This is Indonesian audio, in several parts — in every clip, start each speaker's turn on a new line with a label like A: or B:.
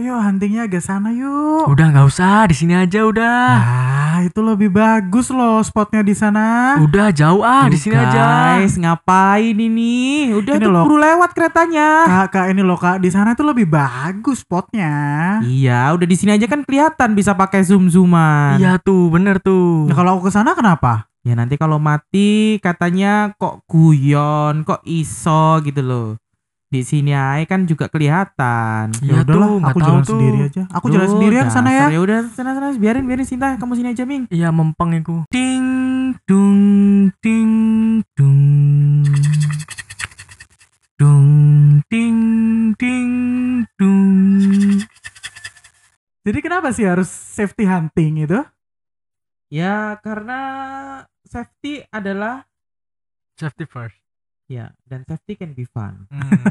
A: Ayo huntingnya agak sana yuk.
B: Udah nggak usah, di sini aja udah.
A: Ah, itu lebih bagus loh spotnya di sana.
B: Udah jauh di sini aja.
C: Guys, ngapain ini? Udah
A: Ini
C: tuh
A: loh.
C: buru lewat keretanya.
A: Kak, ini loh Kak, di sana tuh lebih bagus spotnya.
C: Iya, udah di sini aja kan kelihatan bisa pakai zoom-zooman.
B: Iya tuh, bener tuh.
A: Nah, kalau aku ke sana kenapa?
C: Ya nanti kalau mati katanya kok guyon, kok iso gitu loh. Di sini aja kan juga kelihatan.
A: Ya
B: Iya
A: udahlah,
B: tuh, nggak
A: aku
B: tahu
A: jalan
B: tuh.
A: sendiri aja. Aku jalan sendiri ya ke sana ya.
C: Ya udah sana biarin Sinta, kamu sini aja Ming.
B: Iya mempeng iku. Ding dung ding dung. Dung ding ding dung.
A: Jadi kenapa sih harus safety hunting itu?
C: Ya karena safety adalah
B: Safety first.
C: ya dan safety can be fun.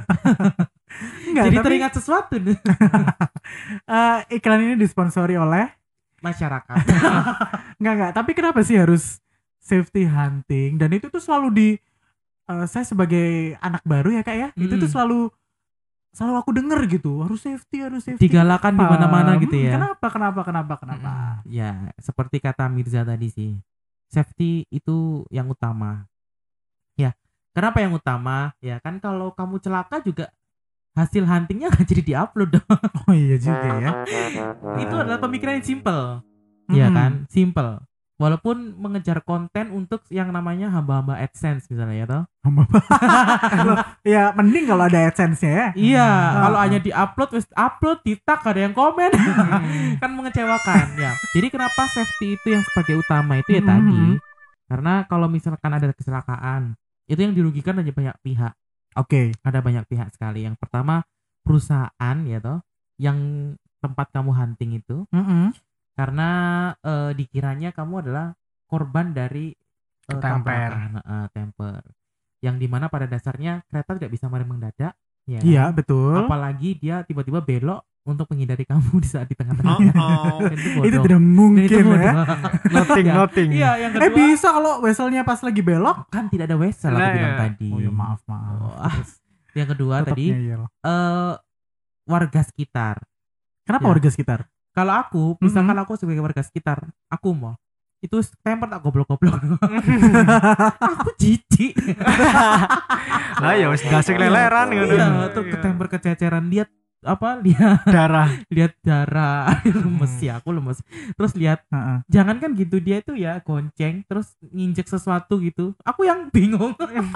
A: Enggak,
C: Jadi
A: tapi
C: teringat sesuatu nih.
A: iklan ini disponsori oleh
C: Masyarakat.
A: enggak, tapi kenapa sih harus safety hunting? Dan itu tuh selalu saya sebagai anak baru ya Kak ya, itu tuh selalu aku denger gitu, harus safety.
C: Digalakan di mana-mana gitu ya.
A: Kenapa?
C: Ya, seperti kata Mirza tadi sih. Safety itu yang utama. Ya, kenapa yang utama? Ya kan kalau kamu celaka juga hasil huntingnya nggak jadi diupload dong.
A: Oh iya juga ya.
C: Itu adalah pemikiran yang simple. Ya kan? Simple. Walaupun mengejar konten untuk yang namanya hamba-hamba AdSense misalnya ya toh.
A: Ya mending kalau ada AdSense-nya ya.
C: Iya, kalau hanya di-upload wis upload di-tag ada yang komen. Kan mengecewakan ya. Jadi kenapa safety itu yang sebagai utama itu ya tadi? Karena kalau misalkan ada kecelakaan, itu yang dirugikan hanya banyak pihak.
A: Oke.
C: Ada banyak pihak sekali. Yang pertama perusahaan ya toh, yang tempat kamu hunting itu. Karena dikiranya kamu adalah korban dari tabrakan, temper. Yang dimana pada dasarnya kereta tidak bisa merem mendadak. Ya.
A: Iya betul.
C: Apalagi dia tiba-tiba belok untuk menghindari kamu di saat di tengah-tengah.
A: Itu tidak mungkin ya.
B: Nothing.
C: Iya, yang kedua.
A: Bisa kalau vesselnya pas lagi belok.
C: Kan tidak ada wesel aku bilang tadi.
A: Oh ya maaf.
C: Yang kedua
A: Tetap
C: tadi
A: ngeyel.
C: Warga sekitar.
A: Kenapa
C: Ya.
A: warga sekitar?
C: Kalau aku, misalkan aku sebagai warga sekitar, aku mau itu temper tak goblok-goblok. Aku jijik.
B: Lah ya wis dasik leleran ngono.
C: Iya, tuh ketemper kececeran lihat darah lemes ya, aku lemes. Terus lihat jangan kan gitu dia itu ya gonceng terus nginjek sesuatu gitu. Aku yang bingung.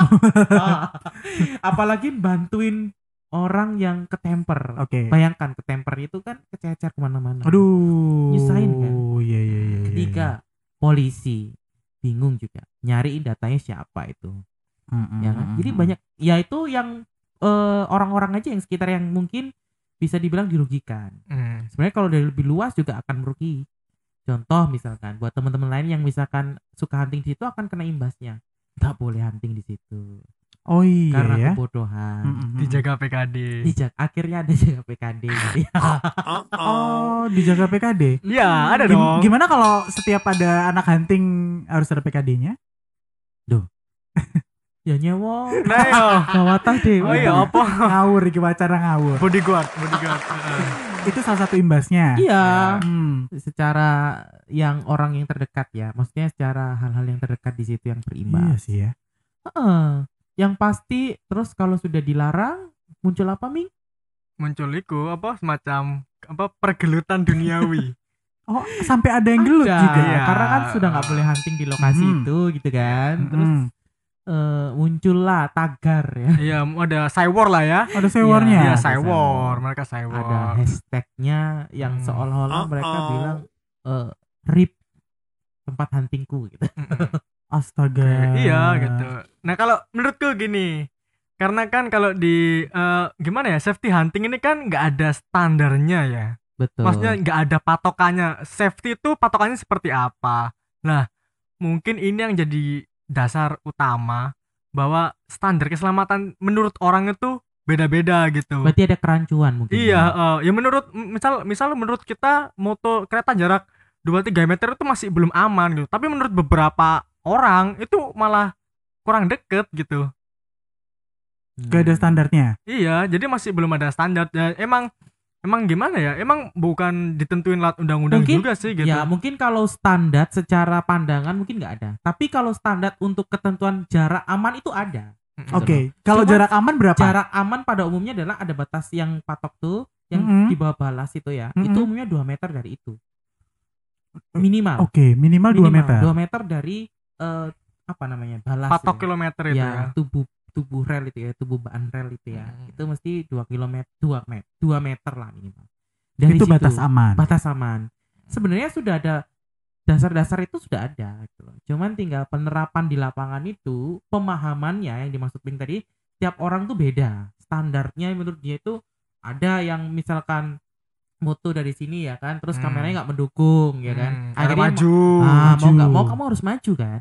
C: Apalagi bantuin orang yang ketemper.
A: Oke.
C: Bayangkan ketemper itu kan kececer kemana-mana.
A: Aduh.
C: Nyusahin kan.
A: Iya.
C: Ketiga, polisi bingung juga nyariin datanya siapa itu. Ya kan? Jadi banyak ya itu yang orang-orang aja yang sekitar yang mungkin bisa dibilang dirugikan. Sebenarnya kalau dari lebih luas juga akan merugi. Contoh misalkan buat teman-teman lain yang misalkan suka hunting di situ akan kena imbasnya. Nggak boleh hunting di situ.
A: Oh iya
C: karena
A: ya.
C: kebodohan.
B: Dijaga PKD.
C: Akhirnya ada jaga PKD.
A: Oh, dijaga PKD.
B: Iya, ada dong.
A: Gimana kalau setiap ada anak hunting harus ada PKD-nya?
C: Ya nyewa.
B: Nah yo.
C: Gawatan deh.
B: Oh iya apa?
A: Ngawur iki wacana ngawur.
B: Bodyguard.
A: Itu salah satu imbasnya.
C: Iya. Secara yang orang yang terdekat ya. Maksudnya secara hal-hal yang terdekat di situ yang berimbas.
A: Iya sih ya.
C: Yang pasti terus kalau sudah dilarang muncul apa Ming?
B: Muncul iku apa semacam pergelutan duniawi.
A: Oh, sampai ada yang gelut juga
C: ya. Karena kan sudah nggak boleh hunting di lokasi itu gitu kan. Terus muncullah tagar ya.
B: Iya, ada cywar lah ya.
A: Ada sewarnya.
B: Iya, cywar, mereka cywar.
C: Ada hashtagnya yang seolah-olah mereka bilang rip tempat huntingku gitu.
A: Astaga.
B: Iya gitu. Nah kalau menurutku gini, karena kan kalau di gimana ya, safety hunting ini kan nggak ada standarnya ya.
C: Betul.
B: Maksudnya nggak ada patokannya. Safety itu patokannya seperti apa? Nah mungkin ini yang jadi dasar utama bahwa standar keselamatan menurut orang itu beda-beda gitu.
C: Berarti ada kerancuan mungkin.
B: Iya, ya menurut misal menurut kita motor kereta jarak 2-3 meter itu masih belum aman gitu. Tapi menurut beberapa orang itu malah kurang deket gitu.
A: Gak ada standarnya.
B: Iya, jadi masih belum ada standar. Ya, emang emang gimana ya? Emang bukan ditentuin lewat undang-undang
C: Mungkin,
B: juga sih gitu.
C: Ya mungkin kalau standar secara pandangan mungkin nggak ada. Tapi kalau standar untuk ketentuan jarak aman itu ada.
A: Oke. Kalau
C: Cuma
A: jarak aman berapa?
C: Jarak aman pada umumnya adalah ada batas yang patok tuh, yang di bawah balas itu ya. Itu umumnya 2 meter dari itu. Minimal.
A: Oke, minimal 2 meter.
C: 2 meter dari apa namanya? Balas.
B: Patok kilometer itu ya.
C: Tubuh rel itu ya, tubuh bahan rel itu ya. Itu mesti 2 meter lah minimal. Dari
A: itu
C: situ,
A: batas aman.
C: Batas aman. Sebenarnya sudah ada dasar-dasar itu sudah ada gitu loh. Cuman tinggal penerapan di lapangan itu, pemahamannya yang dimaksud Pink tadi, tiap orang tuh beda. Standarnya menurut dia itu ada yang misalkan moto dari sini ya kan, terus kameranya nggak mendukung ya kan. Akhirnya
B: maju.
C: Mau nggak mau kamu harus maju kan.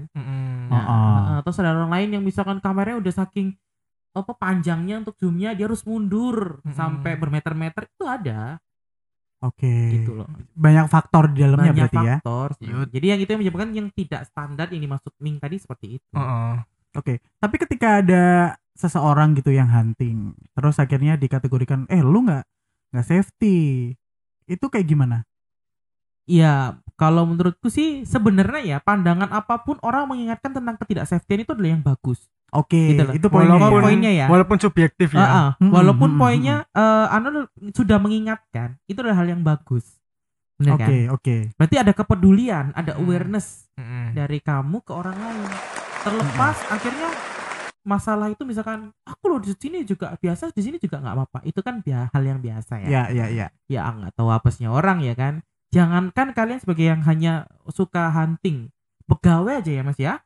C: Terus ada orang lain yang misalkan kameranya udah saking panjangnya untuk zoomnya dia harus mundur sampai bermeter-meter, itu ada.
A: Oke.
C: Gitu loh.
A: Banyak faktor di dalamnya
C: Banyak
A: berarti
C: faktor.
A: ya.
C: Jadi yang itu yang menyebabkan yang tidak standar ini maksud Ming tadi seperti itu.
A: Oke. Tapi ketika ada seseorang gitu yang hunting, terus akhirnya dikategorikan, lu nggak safety, itu kayak gimana?
C: Ya, kalau menurutku sih sebenarnya ya pandangan apapun orang mengingatkan tentang ketidaksafetyan itu adalah yang bagus.
A: Oke,
C: Gitu loh.
A: itu poinnya
C: ya.
B: Walaupun subjektif ya.
C: Walaupun poinnya Anu sudah mengingatkan, itu adalah hal yang bagus. Benar kan?
A: Oke.
C: Berarti ada kepedulian, ada awareness dari kamu ke orang lain. Terlepas akhirnya masalah itu misalkan aku loh di sini juga biasa, di sini juga nggak apa-apa. Itu kan hal yang biasa ya.
A: Iya.
C: Ya nggak tahu apesnya orang ya kan. Jangankan kalian sebagai yang hanya suka hunting, pegawai aja ya Mas ya.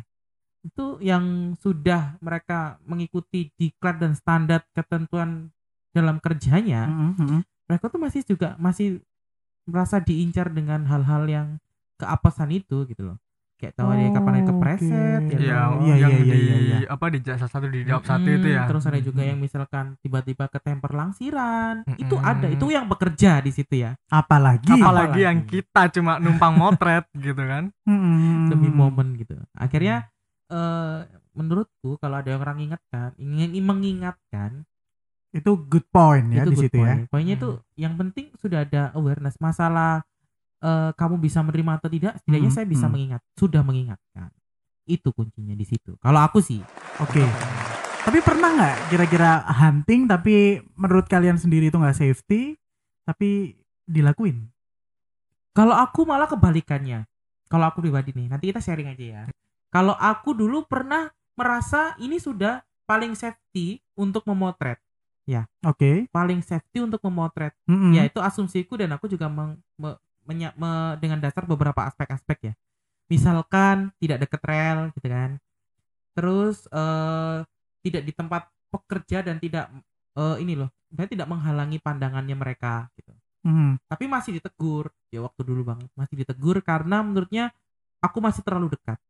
C: Itu yang sudah mereka mengikuti diklat dan standar ketentuan dalam kerjanya, mereka tuh masih merasa diincar dengan hal-hal yang keapesan itu gitu loh. Kayak tahu ada kapan ada kepreset
B: di jasa satu di jawab satu itu ya.
C: Terus ada juga yang misalkan tiba-tiba ketemper langsiran. Itu ada, itu yang bekerja di situ ya.
A: Apalagi
B: yang kita cuma numpang motret gitu kan.
C: Demi momen gitu. Akhirnya menurutku kalau ada orang mengingatkan
A: itu good point ya di situ ya.
C: Poinnya itu yang penting sudah ada awareness masalah kamu bisa menerima atau tidak, setidaknya saya bisa sudah mengingatkan. Itu kuncinya di situ. Kalau aku sih.
A: Oke. Tapi pernah nggak kira-kira hunting tapi menurut kalian sendiri itu nggak safety tapi dilakuin?
C: Kalau aku malah kebalikannya. Kalau aku pribadi nih, nanti kita sharing aja ya. Kalau aku dulu pernah merasa ini sudah paling safety untuk memotret. Ya.
A: Oke.
C: Paling safety untuk memotret. Ya itu asumsiku dan aku juga dengan dasar beberapa aspek-aspek ya. Misalkan tidak dekat rel gitu kan. Terus tidak di tempat pekerja dan tidak berarti tidak menghalangi pandangannya mereka gitu. Tapi masih ditegur. Ya waktu dulu banget masih ditegur karena menurutnya aku masih terlalu dekat.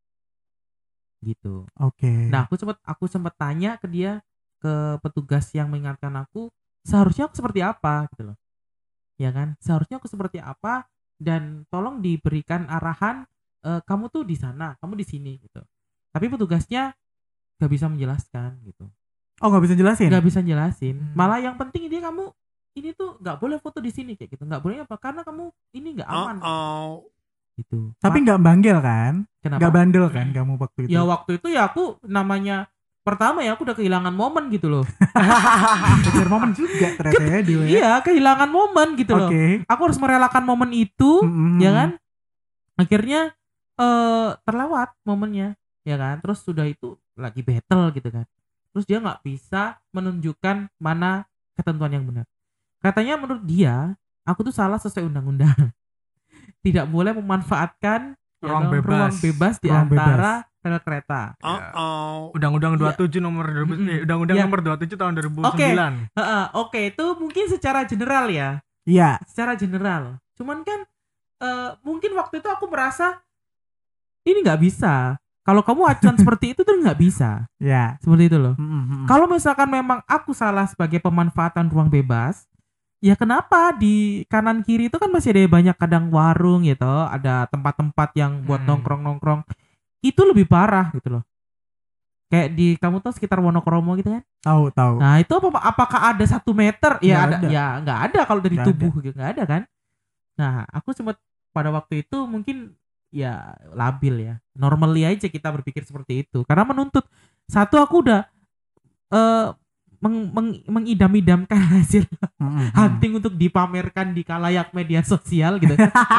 C: Gitu.
A: Oke.
C: Nah, aku sempat tanya ke dia, ke petugas yang mengingatkan aku, seharusnya aku seperti apa gitu loh. Ya kan? Seharusnya aku seperti apa dan tolong diberikan arahan kamu tuh di sana, kamu di sini gitu. Tapi petugasnya gak bisa menjelaskan gitu.
A: Oh, gak bisa jelasin?
C: Gak bisa jelasin. Malah yang penting dia kamu ini tuh gak boleh foto di sini kayak gitu. Gak boleh apa? Karena kamu ini gak aman. Gitu.
A: Tapi gak banggel kan?
C: Kenapa?
A: Gak bandel kan kamu waktu itu?
C: Ya waktu itu ya aku namanya pertama ya aku udah kehilangan momen gitu loh.
A: Kejar momen juga ternyata ya dia.
C: Iya, kehilangan momen gitu loh. Aku harus merelakan momen itu, ya kan? Akhirnya terlewat momennya, ya kan? Terus sudah itu lagi battle gitu kan. Terus dia nggak bisa menunjukkan mana ketentuan yang benar. Katanya menurut dia, aku tuh salah sesuai undang-undang. Tidak boleh memanfaatkan ruang bebas di antara rel kereta.
B: Undang-undang 27 nomor nomor 27 tahun 2009.
C: Oke, itu mungkin secara general ya.
A: Iya.
C: Secara general. Cuman kan mungkin waktu itu aku merasa ini nggak bisa. Kalau kamu acuan seperti itu tuh nggak bisa.
A: Ya.
C: Seperti itu loh. Kalau misalkan memang aku salah sebagai pemanfaatan ruang bebas, ya kenapa di kanan kiri itu kan masih ada banyak kadang warung gitu, ada tempat-tempat yang buat nongkrong-nongkrong. Itu lebih parah gitu loh. kayak di kamu tuh sekitar Wonokromo gitu kan.
A: Tahu.
C: Nah itu apakah ada 1 meter? Ya
A: Nggak
C: ada.
A: ada.
C: Ya nggak ada kalau dari
A: Nggak
C: tubuh gitu, nggak ada kan. Nah aku sempat pada waktu itu mungkin ya labil ya, normally aja kita berpikir seperti itu karena menuntut satu aku udah mengidam-idamkan hasil hunting untuk dipamerkan di kalayak media sosial gitu.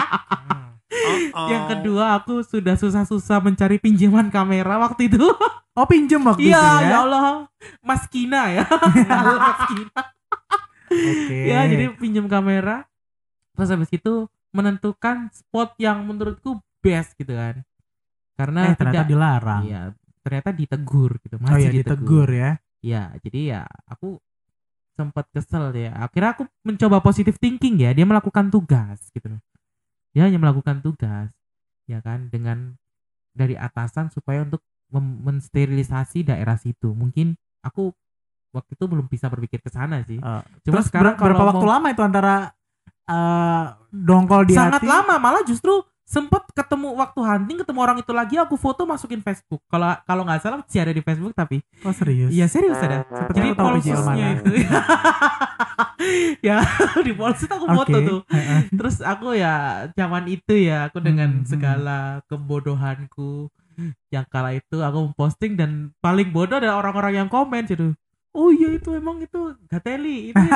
C: Yang kedua aku sudah susah-susah mencari pinjaman kamera waktu itu.
A: Oh pinjem waktu itu
C: Iya,
A: ya?
C: ya Allah, Mas Kina ya. Mas Kina.
A: Oke.
C: Ya, jadi pinjam kamera. Terus habis itu menentukan spot yang menurutku best gitu kan. Karena
A: ternyata dilarang.
C: Iya, ternyata ditegur gitu.
A: Oh iya ditegur ya.
C: Ya, jadi ya aku sempat kesel ya. Akhirnya aku mencoba positive thinking ya. Dia melakukan tugas gitu loh. Dia hanya melakukan tugas, ya kan, dengan dari atasan supaya untuk mensterilisasi daerah situ. Mungkin aku waktu itu belum bisa berpikir ke sana sih. Cuma
A: Terus
C: sekarang
A: berapa waktu lama itu antara dongkol di
C: sangat
A: hati?
C: lama, malah justru sempet ketemu waktu hunting, ketemu orang itu lagi, aku foto masukin Facebook. Kalau nggak salah masih ada di Facebook tapi.
A: Oh serius?
C: Iya serius ada.
A: Seperti
C: Jadi
A: aku tahu PJL
C: polsusnya
A: mana.
C: itu. Ya di polsus aku foto
A: Oke.
C: tuh. Terus aku ya zaman itu ya aku dengan segala kebodohanku yang kala itu aku memposting dan paling bodoh adalah orang-orang yang komen gitu. Oh iya itu emang itu Gateli itu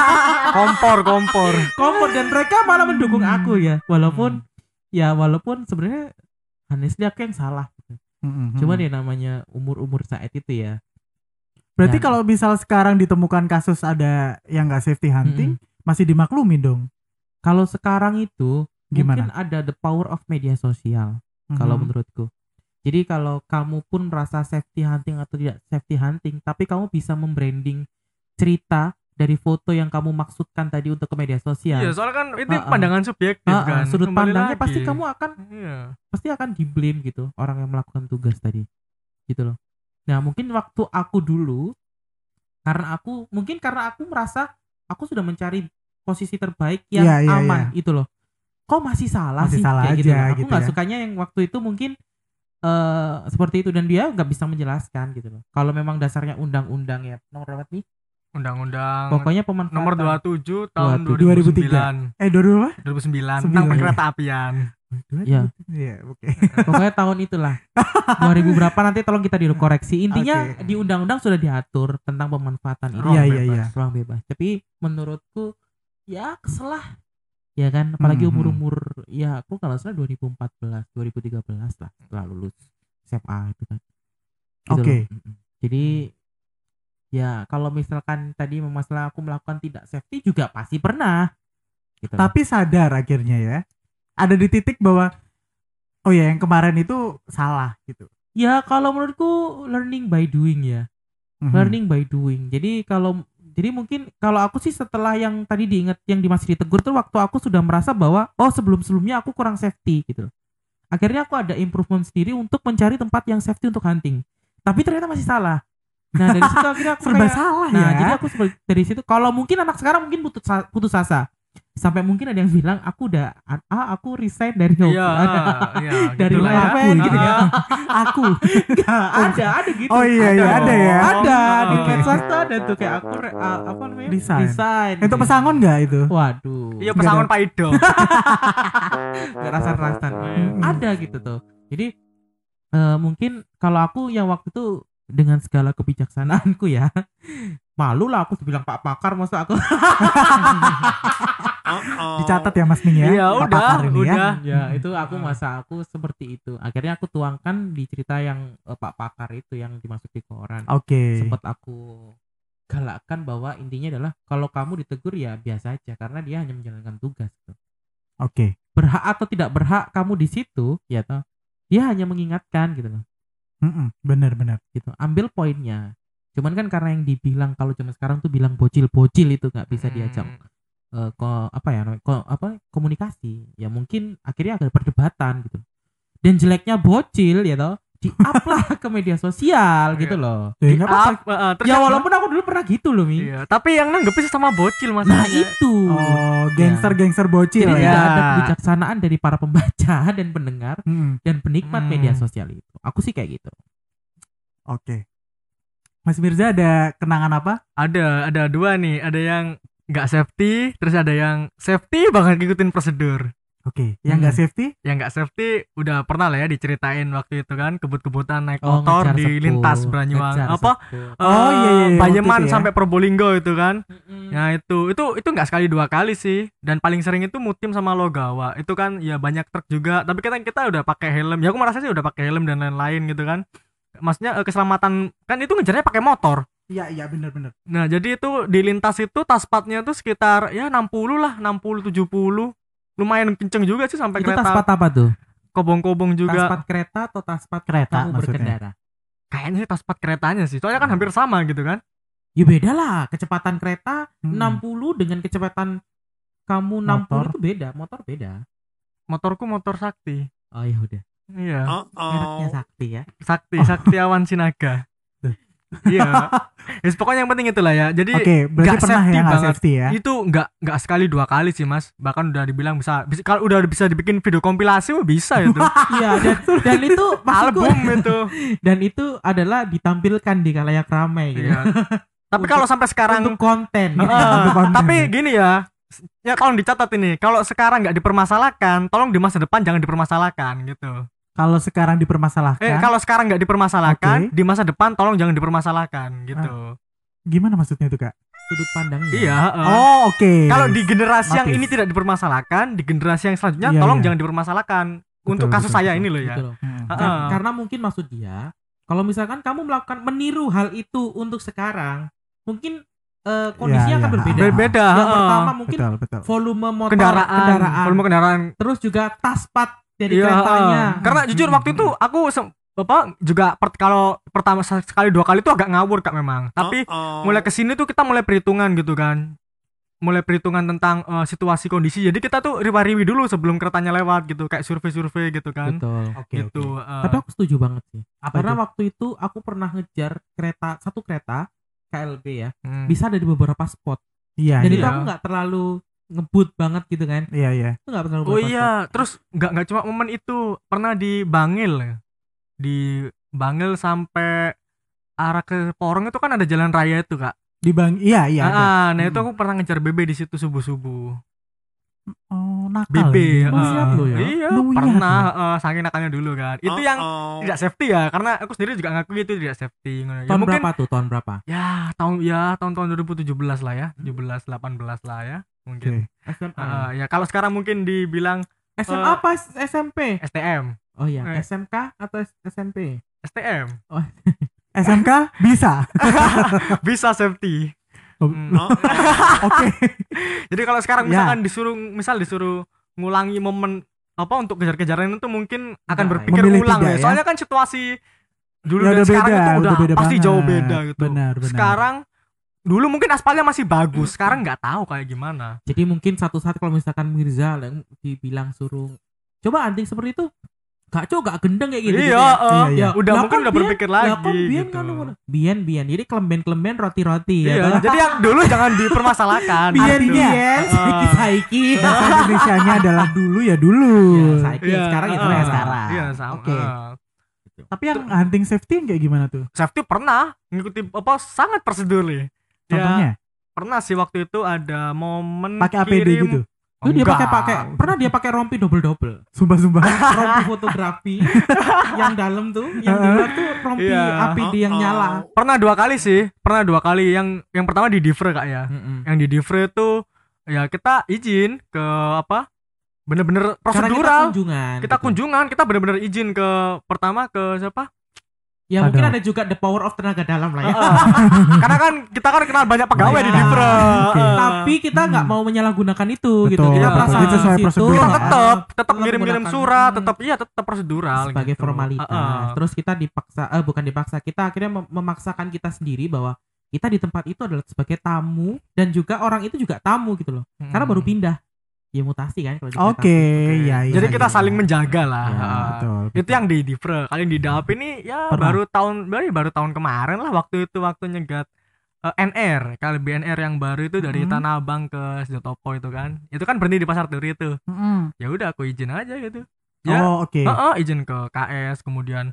C: kompor dan mereka malah mendukung aku ya walaupun sebenarnya honestly aku yang salah gitu. Cuman ya namanya umur saat itu ya.
A: Berarti
C: Ya.
A: kalau misal sekarang ditemukan kasus ada yang nggak safety hunting, masih dimaklumi dong.
C: Kalau sekarang itu
A: Gimana?
C: mungkin ada the power of media sosial kalau menurutku. Jadi kalau kamu pun merasa safety hunting atau tidak safety hunting, tapi kamu bisa membranding cerita dari foto yang kamu maksudkan tadi untuk ke media sosial.
B: Iya, soalnya kan itu pandangan subjektif kan.
C: Sudut
B: Kembali
C: pandangnya
B: lagi.
C: pasti kamu akan pasti akan di-blame gitu orang yang melakukan tugas tadi. Gitu loh. Nah, mungkin waktu aku dulu karena aku merasa aku sudah mencari posisi terbaik yang aman itu loh. Kok masih salah
A: Masih
C: sih
A: salah
C: kayak
A: aja
C: gitu. Aku
A: gitu
C: nggak
A: ya.
C: sukanya yang waktu itu mungkin seperti itu dan dia nggak bisa menjelaskan gitu loh. Kalau memang dasarnya undang-undang ya nomor berapa nih?
B: Undang-undang
C: Pokoknya pemanfaatan
B: nomor 27 tahun
A: 2003.
B: 2009. 2009 tentang perkereta apian.
C: Iya.
A: Iya, oke.
C: Pokoknya tahun itulah 2000 berapa nanti tolong kita dikoreksi. Intinya
A: Oke.
C: di undang-undang sudah diatur tentang pemanfaatan itu.
A: Iya.
C: Ruang bebas. Tapi menurutku ya kesel lah. Ya kan, apalagi umur-umur ya aku kalau salah 2014, 2013 lah setelah lulus SMA itu kan. Gitu
A: Oke.
C: loh. Jadi ya kalau misalkan tadi masalah aku melakukan tidak safety juga pasti pernah. Gitu.
A: Tapi sadar akhirnya ya. Ada di titik bahwa oh ya yang kemarin itu salah gitu.
C: Ya kalau menurutku learning by doing ya. Learning by doing. Jadi mungkin kalau aku sih setelah yang tadi diingat yang masih ditegur tuh waktu aku sudah merasa bahwa oh sebelumnya aku kurang safety gitu loh. Akhirnya aku ada improvement sendiri untuk mencari tempat yang safety untuk hunting. Tapi ternyata masih salah. Nah dari situ akhirnya aku
A: serba salah ya.
C: Nah jadi aku dari situ kalau mungkin anak sekarang mungkin putus asa. Sampai mungkin ada yang bilang aku resign dari dari
B: gitu lah
C: aku gitu ya. Aku enggak ada gitu.
A: Oh iya ada ya.
C: Ada di
A: Oke.
C: medsos tuh ada tuh kayak aku apa namanya?
A: Resign. Itu
C: gitu.
A: pesangon enggak itu?
C: Waduh.
B: Iya pesangon Pak Ido.
C: Enggak rasan-rasan. Ada gitu tuh. Jadi mungkin kalau aku yang waktu itu dengan segala kebijaksanaanku ya malu lah aku bilang Pak Pakar masa aku
A: Dicatat ya Mas Ming ya.
B: Iya
A: Pak Pakar ini ya.
C: ya itu aku masa aku seperti itu akhirnya aku tuangkan di cerita yang Pak Pakar itu yang dimasuk di koran.
A: Oke.
C: Sempat aku galakkan bahwa intinya adalah kalau kamu ditegur ya biasa aja karena dia hanya menjalankan tugas gitu.
A: Oke.
C: Berhak atau tidak berhak kamu di situ ya toh dia hanya mengingatkan gitu loh.
A: Benar
C: Gitu ambil poinnya. Cuman kan karena yang dibilang kalau zaman sekarang tuh bilang bocil itu nggak bisa diajak komunikasi ya mungkin akhirnya ada perdebatan gitu dan jeleknya bocil ya toh di-up lah ke media sosial gitu loh
A: Ya enggak apa-apa.
C: ya walaupun aku dulu pernah gitu loh Mi.
B: Iya, tapi yang nanggepin sama bocil
C: Nah
B: masalahnya.
C: itu
A: Oh, gangster bocil
C: jadi
A: ya.
C: tidak ada kebijaksanaan dari para pembaca dan pendengar dan penikmat media sosial itu aku sih kayak gitu.
A: Oke. Mas Mirza ada kenangan apa?
B: Ada dua nih, ada yang nggak safety, terus ada yang safety banget ngikutin prosedur.
A: Oke, yang nggak safety?
B: Yang nggak safety udah pernah lah ya diceritain waktu itu kan, kebut-kebutan naik
C: Oh,
B: motor
C: ngejar
B: di
C: sepur.
B: lintas Banyuwangi
C: Ngejar
B: apa
C: sepur.
A: Oh, iya, iya,
B: Bayeman
A: waktu itu ya.
B: sampai Probolinggo itu kan.
C: Mm-mm.
B: Ya itu nggak sekali dua kali sih, dan paling sering itu Mutim sama Logawa. Itu kan ya banyak truk juga, tapi kita udah pakai helm. Ya aku merasa sih udah pakai helm dan lain-lain gitu kan. Maksudnya keselamatan kan itu ngejarnya pakai motor.
A: Iya, benar-benar.
B: Nah, jadi itu di lintas itu taspatnya tuh sekitar ya 60 lah, 60 70. Lumayan kenceng juga sih sampai
C: Itu
B: kereta.
C: taspat apa tuh?
B: Kobong-kobong juga.
C: Taspat kereta atau taspat
A: Kereta
C: kamu
A: maksudnya.
C: berkendara?
B: Kayaknya sih taspat keretanya sih. Soalnya kan hampir sama gitu kan.
C: Ya beda lah, kecepatan kereta
A: Hmm.
C: 60 dengan kecepatan kamu 60
A: Motor.
C: itu beda, motor beda.
B: Motorku motor sakti.
C: Oh ya udah,
B: Iya.
C: mereknya Sakti ya.
B: Sakti Awan Sinaga. Iya. Ya, pokoknya yang penting itulah ya. Jadi
A: Oke, berarti
B: nggak
A: pernah
B: safety
A: ya nggak
B: banget.
A: safety ya?
B: Itu nggak sekali dua kali sih mas, bahkan udah dibilang bisa kalau udah bisa dibikin video kompilasi mah bisa itu.
C: Iya, dan itu maksudku,
B: Album itu.
C: dan itu adalah ditampilkan di khalayak ramai gitu.
B: Iya. Tapi kalau sampai sekarang
C: Untuk konten gitu.
B: Ah,
A: Untuk konten.
B: tapi gini ya tolong dicatat ini, kalau sekarang nggak dipermasalahkan, tolong di masa depan jangan dipermasalahkan gitu.
A: Kalau sekarang dipermasalahkan,
B: Kalau sekarang nggak dipermasalahkan,
A: Oke.
B: di masa depan tolong jangan dipermasalahkan gitu.
A: gimana maksudnya itu kak?
C: Sudut pandangnya.
B: Iya.
A: Oh oke.
B: Kalau di generasi yang
A: Notice.
B: ini tidak dipermasalahkan, di generasi yang selanjutnya
A: Iya,
B: tolong
A: iya.
B: jangan dipermasalahkan. Untuk kasus
A: betul,
B: saya
A: betul.
B: ini loh ya.
C: Gitu loh.
A: Hmm.
B: Heeh.
C: Karena mungkin maksud dia, kalau misalkan kamu melakukan meniru hal itu untuk sekarang, mungkin kondisinya
A: Ya,
C: akan
A: ya.
C: berbeda.
B: Berbeda,
C: Yang
B: heeh.
C: pertama mungkin
A: Betul.
C: volume motor
B: Kendaraan, volume kendaraan.
C: terus juga taspat dari
B: Iya,
C: keretanya.
B: karena jujur waktu itu aku juga kalau pertama sekali dua kali itu agak ngawur kak memang. Tapi mulai kesini tuh kita mulai perhitungan gitu kan. Mulai perhitungan tentang situasi kondisi. Jadi kita tuh riwa-riwi dulu sebelum keretanya lewat gitu, kayak survei-survei gitu kan.
C: Betul.
A: Oke,
B: Gitu.
C: Tapi aku setuju banget sih.
A: Apa
C: Karena
A: itu?
C: waktu itu aku pernah ngejar satu kereta KLB ya,
B: Hmm.
C: bisa ada di beberapa spot.
A: Iya.
C: Dan
A: iya.
C: itu aku nggak terlalu ngebut banget gitu kan.
A: Iya.
C: Itu nggak terlalu
B: Oh
C: beberapa
B: iya,
C: spot.
B: terus nggak cuma momen itu, pernah di Bangil. Di Bangil sampai arah ke Porong itu kan ada jalan raya itu kak.
A: Di bang, iya ada.
B: Nah itu aku pernah ngejar BB di situ subuh-subuh.
A: Oh nakal.
B: BB,
A: ya.
C: Oh, siap lo ya.
B: Iya,
A: Lu
B: pernah,
A: lihat
B: saking nakalnya dulu kan. Itu yang tidak safety ya, karena aku sendiri juga ngaku itu tidak safety. Ya,
C: Tahun
B: mungkin
C: berapa tuh? Tahun berapa?
B: tahun 2017 lah ya, 17 18 lah ya, mungkin.
A: Oke.
C: SMA.
B: Ya kalau sekarang mungkin dibilang
C: SMA apa SMP?
B: STM.
C: Oh iya,
B: Eh.
C: SMK atau SMP?
B: STM.
A: SMK bisa.
B: Bisa safety. Hmm.
A: Oke.
B: Jadi kalau sekarang
A: Ya.
B: misalkan disuruh ngulangi momen apa untuk kejar-kejaran itu mungkin akan
C: Enggak,
B: berpikir
A: memilih
B: ulang
A: tidak
B: ya.
A: ya.
B: Soalnya kan situasi dulu
A: Ya
B: dan
A: udah
B: sekarang
A: beda,
B: itu udah
A: beda
B: pasti
A: banget.
B: jauh beda gitu.
A: Benar.
B: Sekarang dulu mungkin aspalnya masih bagus, sekarang nggak tahu kayak gimana.
C: Jadi mungkin satu saat kalau misalkan Mirza yang dibilang suruh coba anting seperti itu, gak gendeng kayak gitu.
B: Iya,
C: gitu ya.
A: Iya, iya.
B: udah
C: Lah,
B: mungkin
C: kan
B: udah
C: biyen-
B: berpikir
C: lah,
B: lagi
C: kan biyen
B: gitu.
C: kan biyen jadi klemben roti-roti
B: Iya,
C: ya. toh.
B: jadi yang dulu jangan dipermasalahkan.
C: Biyen
B: gitu.
C: biyen
B: Heeh.
C: saiki.
A: Bahasa Indonesianya adalah dulu ya dulu.
C: Ya, saiki
B: Iya,
C: sekarang itu
B: heeh.
C: ya sekarang.
B: Iya, sama.
A: Oke. Tapi yang hunting safety yang kayak gimana tuh?
B: Safety pernah ngikuti apa sangat prosedur nih. Ya,
A: Contohnya
B: pernah sih waktu itu ada momen
A: pakai APD
B: kirim-
A: gitu.
C: Itu dia
B: Enggak.
C: pernah dia pakai rompi double.
A: Sumpah.
C: Rompi fotografi yang dalam tuh, yang di luar tuh rompi
B: Iya.
C: APD yang nyala.
B: Pernah dua kali sih. Yang pertama di Divre kak ya. Yang di Divre itu ya kita izin ke apa? Bener-bener prosedural. Kita
C: gitu.
B: kunjungan, kita bener-bener izin ke pertama ke siapa?
C: Ya mungkin
A: Aduh.
C: ada juga the power of tenaga dalam lah ya.
B: Karena kan kita kan kenal banyak pegawai di
C: Iya.
B: Divre.
A: Oke.
C: Tapi kita nggak mau menyalahgunakan itu gitu.
A: Betul,
C: Kita
B: betul.
C: perasaan
B: Itu
A: sesuai
C: situ,
A: prosedur
B: Kita
A: ya.
B: tetap
C: Tetap
B: ngirim-ngirim
C: menggunakan,
B: surat, tetap prosedural
C: sebagai
B: gitu.
C: formalitas. Terus kita bukan dipaksa, kita akhirnya memaksakan kita sendiri bahwa kita di tempat itu adalah sebagai tamu dan juga orang itu juga tamu gitu loh. Karena baru pindah. Ya mutasi kan kalau di kereta
A: Oke,
C: api.
A: ya.
B: Jadi kita saling menjaga lah.
C: Ya,
B: Heeh.
A: betul.
B: Itu yang di Divre. Kalau yang di DAP ini ya
A: Pernah.
B: baru tahun kemarin lah waktu nyegat NR, KLB NR yang baru itu dari
A: Mhm.
B: Tanah Abang ke Sejatopo itu kan. Itu kan berhenti di Pasar Turi itu.
A: Mm-mm.
B: Ya udah aku izin aja gitu. Ya,
A: Oh, oke.
B: izin ke KS kemudian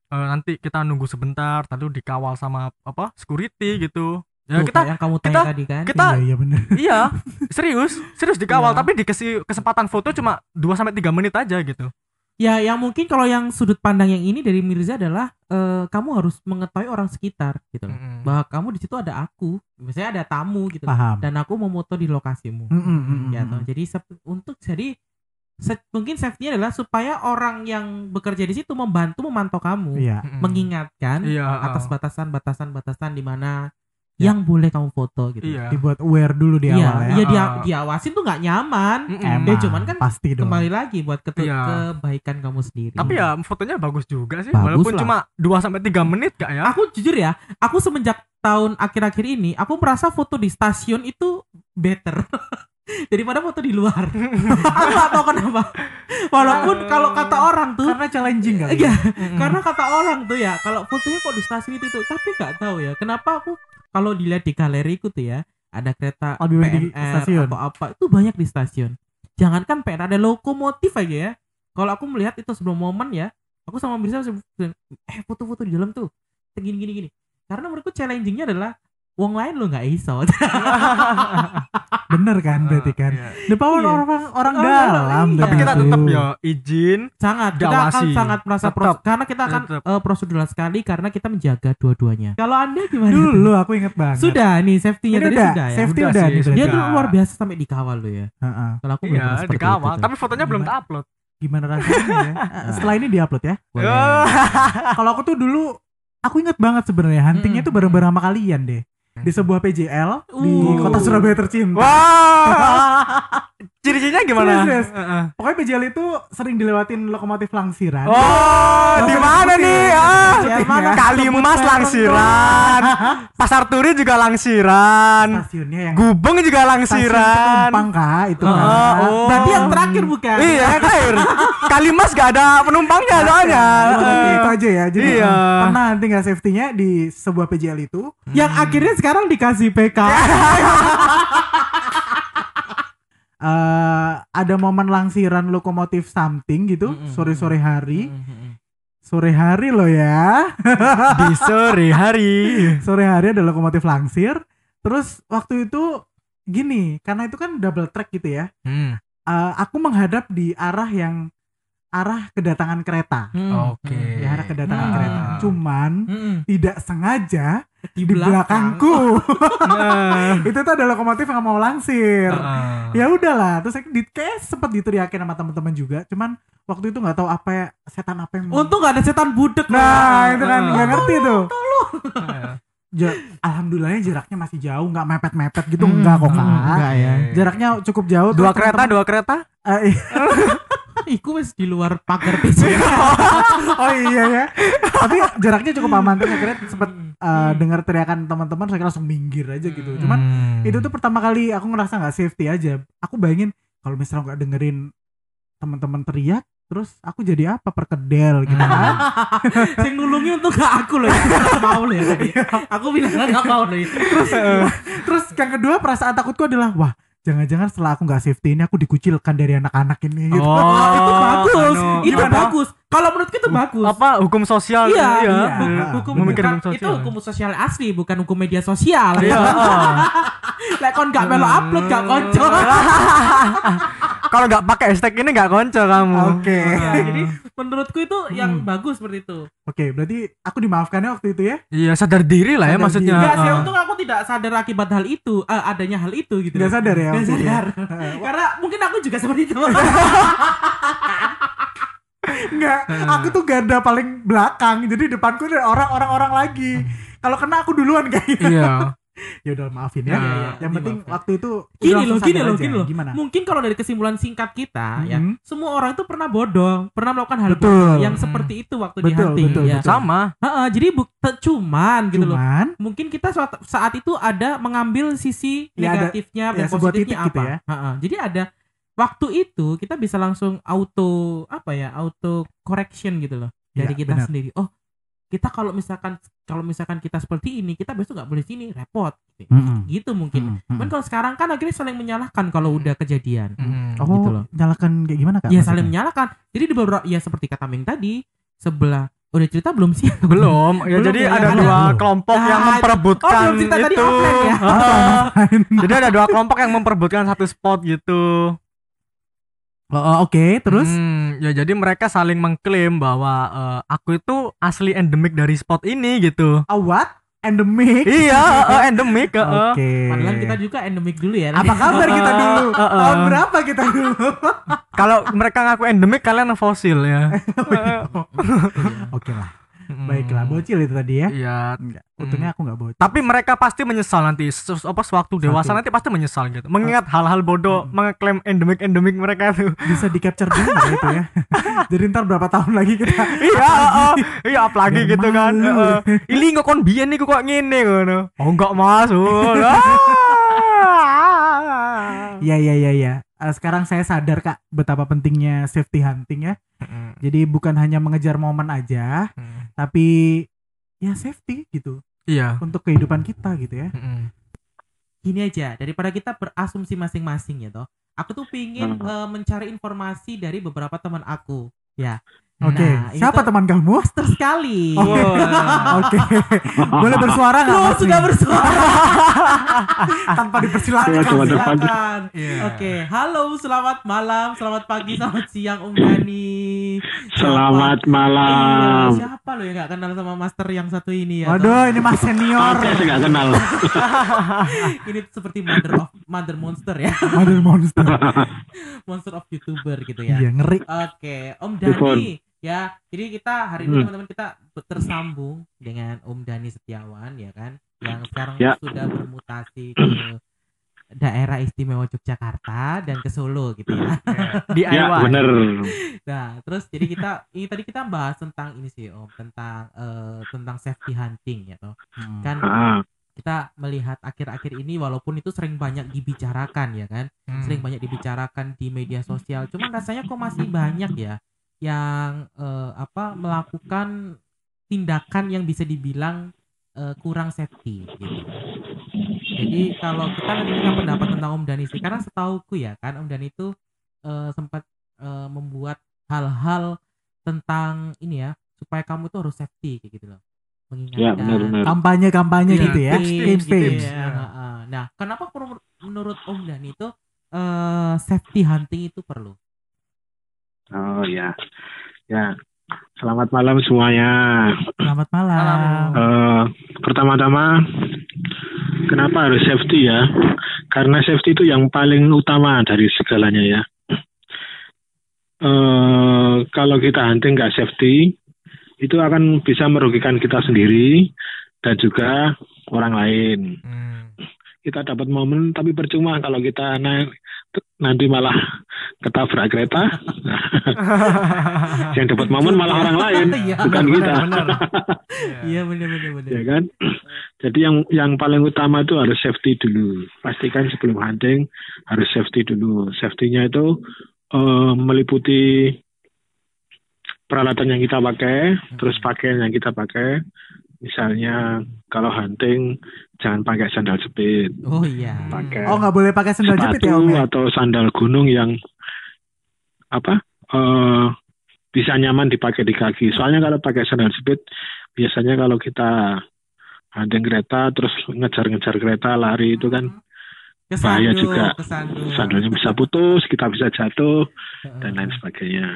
B: nanti kita nunggu sebentar lalu dikawal sama apa security gitu.
C: Tuh,
B: Ya kita
C: kayak yang kamu tanya tadi kan.
A: Iya bener.
B: iya, serius dikawal
C: Iya.
B: tapi dikasih kesempatan foto cuma 2-3 menit aja gitu.
C: Ya, yang mungkin kalau yang sudut pandang yang ini dari Mirza adalah kamu harus mengetahui orang sekitar gitu loh. Bahwa kamu di situ ada aku, misalnya ada tamu gitu loh.
A: Paham.
C: Dan aku mau moto di lokasimu. Ya toh. Jadi mungkin safety-nya adalah supaya orang yang bekerja di situ membantu memantau kamu,
A: Iya.
C: mengingatkan
B: Iya,
C: atas batasan-batasan yang mana yang boleh kamu foto gitu.
B: Iya.
A: Dibuat aware dulu di awal ya.
C: Iya, diawasin tuh nggak nyaman.
A: Emang,
C: cuman kan
A: pasti dong.
C: kembali lagi buat
B: Iya.
C: kebaikan kamu sendiri.
B: Tapi ya fotonya bagus juga sih,
C: Bagus
B: walaupun
C: lah.
B: cuma 2-3 menit kak ya.
C: Aku jujur ya, aku semenjak tahun akhir-akhir ini, aku merasa foto di stasiun itu better daripada foto di luar. Aku nggak tahu kenapa. Walaupun kalau kata orang tuh,
A: Karena challenging kali.
C: iya, karena kata orang tuh ya, kalau fotonya kok di stasiun itu, tapi nggak tahu ya, kenapa aku kalau dilihat di galeriku tuh ya, ada kereta
A: Lebih banyak di
C: PNR
A: stasiun.
C: atau apa, itu banyak di stasiun. Jangankan PNR, ada lokomotif aja ya. Kalau aku melihat itu sebelum momen ya, aku sama Mirza foto-foto di dalam tuh, gini. Karena menurutku challengingnya adalah wong lain lo nggak iso.
A: Bener kan berarti kan.
B: Iya.
A: The power
C: Iya.
A: orang
C: Oh,
A: dalam.
C: iya.
B: Tapi kita
A: begitu.
B: tetap ya izin.
C: Sangat, kita akan
B: Diawasi.
C: sangat merasa
B: Tetap.
C: karena kita akan
B: Tetap.
C: prosedural sekali karena kita menjaga dua-duanya. Kalau Anda gimana?
A: Dulu aku inget banget.
C: Sudah nih safety-nya
A: Ini
C: tadi
A: udah,
C: sudah ya.
A: safety
B: Udah
A: udah
B: sih,
A: nih
C: Dia
A: berarti.
C: tuh
B: Sudah.
C: luar biasa sampai dikawal loh ya.
A: Heeh.
C: Kalau aku belum
B: Iya,
C: pernah seperti
B: dikawal.
C: itu.
B: Tapi fotonya belum
A: Gimana?
B: upload.
A: Gimana rasanya ya? Setelah ini diupload ya.
C: Boleh.
A: Kalau aku tuh dulu aku inget banget sebenarnya huntingnya tuh bareng-bareng sama kalian deh. Di sebuah PJL di kota Surabaya tercinta.
B: Wah. Ciri-cirinya gimana?
A: Serius.
B: Heeh.
A: Pokoknya PJL itu sering dilewatin lokomotif Langsiran.
B: Oh, di mana nih?
A: Sebutin
C: mana?
A: ya.
B: Kalimas Langsiran. Pasar Turi juga Langsiran.
A: Stasiunnya yang
B: Gubeng juga
A: stasiun
B: Langsiran.
A: penumpang kak itu
B: Oh,
A: kan.
B: oh.
C: Berarti yang terakhir bukan?
B: Iya, terakhir. Kalimas gak ada penumpangnya soalnya.
A: Itu aja ya. Jadi
B: Iya.
A: pernah nanti nggak safety-nya di sebuah PJL itu.
C: Yang akhirnya sekarang dikasih PK.
A: Ada momen Langsiran lokomotif something gitu sore-sore hari. Sore hari loh ya.
B: Di sore hari.
A: Sore hari ada lokomotif Langsir. Terus waktu itu gini, karena itu kan double track gitu ya. Aku menghadap di arah kedatangan kereta.
B: Oke.
A: Di arah kedatangan
B: Hmm.
A: kereta. Cuman tidak sengaja
C: Di
A: di belakangku itu tuh ada lokomotif yang mau Langsir. Ya udahlah, terus saya kayak sempat diteriakin sama teman-teman juga. Cuman waktu itu nggak tahu apa ya, setan apa yang
C: Untung gak ada setan budek.
A: Nah, itu kan nggak ngerti tuh.
B: Heeh.
A: Alhamdulillahnya jaraknya masih jauh, nggak mepet-mepet gitu, enggak kok kak.
C: enggak ya.
A: Jaraknya cukup jauh.
B: Dua
A: terus
B: kereta,
A: teman-teman-
B: dua kereta.
A: Iya.
C: Iku wis di luar pagar PC.
A: Oh iya ya. Tapi jaraknya cukup aman. Terus akhirnya sempet dengar teriakan teman-teman, saya langsung minggir aja gitu. Cuman itu tuh pertama kali aku ngerasa nggak safety aja. Aku bayangin kalau misalnya nggak dengerin teman-teman teriak, terus aku jadi apa, perkedel gitu kan.
C: Sing nulungi untuk gak aku loh ya. Gak mau loh ya tadi. Aku bilang gak mau loh ya.
A: Terus yang kedua perasaan takutku adalah wah, jangan-jangan setelah aku nggak safety ini aku dikucilkan dari anak-anak ini gitu.
C: Itu bagus. Itu
B: gimana?
C: bagus. Kalau menurutku itu bagus.
B: Apa hukum sosial?
C: Iya,
B: iya.
C: Hukum
B: Memikir
C: bukan,
B: hukum sosial.
C: itu hukum sosial asli, bukan hukum media sosial.
B: Iya.
C: Lek kon gak melo upload gak konco.
B: Kalau nggak pakai hashtag ini nggak konco kamu.
A: Oke.
C: Ya, jadi menurutku itu yang bagus seperti itu.
A: Oke, berarti aku dimaafkan ya waktu itu ya.
B: Iya, sadar diri lah ya
A: Sadar
B: maksudnya.
A: diri.
C: Enggak sih,
B: Heeh.
C: untung aku tidak sadar akibat hal itu, adanya hal itu gitu.
A: Nggak sadar ya
C: Nggak
A: waktu itu ya?
C: sadar. Karena mungkin aku juga seperti itu.
A: Enggak, aku tuh garda paling belakang. Jadi depanku ada orang-orang lagi. Kalau kena aku duluan kayaknya.
B: Iya.
A: Ya udah maafin ya.
B: Iya,
A: Yang penting
C: dimaafkan.
A: waktu itu
C: Gini
A: langsung
C: loh,
A: sadar aja.
C: gini loh.
A: Gimana?
C: Mungkin kalau dari kesimpulan singkat kita ya,
A: Mhm.
C: semua orang itu pernah bodoh, pernah melakukan hal
A: Betul.
C: yang seperti itu waktu di
A: Betul,
C: hunting
A: betul,
C: ya.
A: betul.
B: Sama.
C: Jadi cuman gitu loh.
A: Cuman
C: Mungkin kita saat itu ada mengambil sisi
A: Ya, ada-
C: negatifnya
A: ya,
C: dan
A: sebuah
C: positifnya
A: titik gitu
C: apa.
A: ya.
C: Jadi ada waktu itu kita bisa langsung auto correction gitu loh dari
A: Ya,
C: kita
A: benar.
C: sendiri. Oh, kita kalau misalkan kita seperti ini, kita besok nggak boleh sini, repot. Gitu mungkin. Cuman kalau sekarang kan akhirnya saling menyalahkan kalau udah kejadian.
B: Mhm.
A: Oh,
C: gitu loh.
A: nyalakan kayak gimana kak?
C: Ya
A: maksudnya?
C: saling menyalahkan. Jadi di beberapa ya seperti kata Ming tadi, sebelah Udah cerita belum sih?
B: Belum. Ya
C: Belum
B: jadi
C: ya,
B: ada
C: ada
B: dua
C: belum?
B: kelompok yang
C: Ah,
B: memperebutkan
C: oh, belum cerita tadi
B: itu.
C: offline ya?
B: Heeh. Jadi ada dua kelompok yang memperebutkan satu spot gitu.
A: Oke, terus
B: Ya jadi mereka saling mengklaim bahwa aku itu asli endemik dari spot ini gitu.
A: what? Endemic.
B: Iya, endemik.
A: Oke.
C: Padahal kita juga endemik dulu ya.
A: Apa kabar kita dulu? Tahun berapa kita dulu?
B: Kalau mereka ngaku endemik, kalian fosil ya.
A: Oke lah. Baiklah, bocil itu tadi ya.
B: Iya.
A: Enggak, untungnya aku enggak bocil.
B: Tapi mereka pasti menyesal nanti. Sewaktu dewasa nanti pasti menyesal gitu. Mengingat hal-hal bodoh, mengeklaim endemik mereka tuh.
A: Bisa di capture dulu nggak itu ya. Jadi ntar berapa tahun lagi kita
B: Iya, apalagi
A: Biar
B: gitu kan.
A: malu.
B: Ini kok kon biyen niku kok ngene ngono. Oh enggak masuk.
A: Ya. Sekarang saya sadar Kak betapa pentingnya safety hunting ya. Jadi bukan hanya mengejar momen aja, tapi ya safety gitu
B: Iya.
A: untuk kehidupan kita gitu ya.
C: Gini aja, daripada kita berasumsi masing-masing ya toh. Aku tuh pingin mencari informasi dari beberapa teman aku, ya.
A: Oke,
C: Nah, ini
A: siapa
C: tuh
A: teman kamu?
C: master sekali.
A: Oke, boleh bersuara nggak?
C: Lo
A: Mas
C: sudah
A: nih?
C: bersuara.
A: Tanpa dipersilakan.
C: Silakan.
B: Iya.
C: Oke, halo, selamat malam, selamat pagi, selamat siang, Om Dani.
D: Selamat
C: Iya,
D: malam.
C: siapa lo yang nggak kenal sama master yang satu ini ya?
A: Waduh, ini mas senior.
D: Oke, saya nggak kenal.
C: Ini seperti mother monster ya,
A: Waduh, monster.
C: monster of YouTuber gitu ya.
A: Iya, ngeri.
C: Oke, Om
D: Telepon.
C: Dani ya. Jadi kita hari ini teman-teman kita tersambung dengan Om Dani Setiawan ya kan, yang sekarang
D: Ya.
C: sudah bermutasi ke daerah istimewa Yogyakarta dan ke Solo gitu ya.
B: DIY.
D: Ya, bener.
C: Nah, terus jadi ini tadi kita bahas tentang ini sih Om, tentang safety hunting ya toh. Kan
D: Ah,
C: kita melihat akhir-akhir ini walaupun itu sering banyak dibicarakan ya kan, sering banyak dibicarakan di media sosial, cuman rasanya kok masih banyak ya yang melakukan tindakan yang bisa dibilang kurang safety gitu. Jadi kalau kita nanti punya pendapat tentang Om Dani sih, karena setauku ya kan Om Dani itu sempat membuat hal-hal tentang ini ya, supaya kamu tuh harus safety kayak gitu loh,
D: ya
C: mengingatkan
D: bener.
A: Kampanye
B: Iya,
A: gitu ya.
C: tips gitu
A: Campaign.
C: ya. Nah, kenapa menurut Om Dani itu safety hunting itu perlu?
D: Oh ya, ya. Selamat malam semuanya.
A: Selamat malam.
D: Pertama-tama, kenapa harus safety ya? Karena safety itu yang paling utama dari segalanya ya. Kalau kita hunting nggak safety, itu akan bisa merugikan kita sendiri dan juga orang lain. Kita dapat momen tapi percuma kalau kita nanti malah ketabrak kereta. Yang dapat momen malah orang lain,
C: Iya,
D: bukan kita.
C: Iya benar.
D: Ya kan? Jadi yang paling utama itu harus safety dulu. Pastikan sebelum hunting harus safety dulu. Safety-nya itu meliputi peralatan yang kita pakai, terus pakaian yang kita pakai. Misalnya kalau hunting jangan pakai sandal jepit.
C: Oh iya.
D: Pakai
A: Oh, nggak boleh pakai sandal jepit ya
D: sepatu
A: Om ya?
D: atau sandal gunung yang bisa nyaman dipakai di kaki. Soalnya kalau pakai sandal jepit, biasanya kalau kita hunting kereta terus ngejar-ngejar kereta lari itu kan bahaya juga. Sandalnya bisa putus, kita bisa jatuh dan lain sebagainya.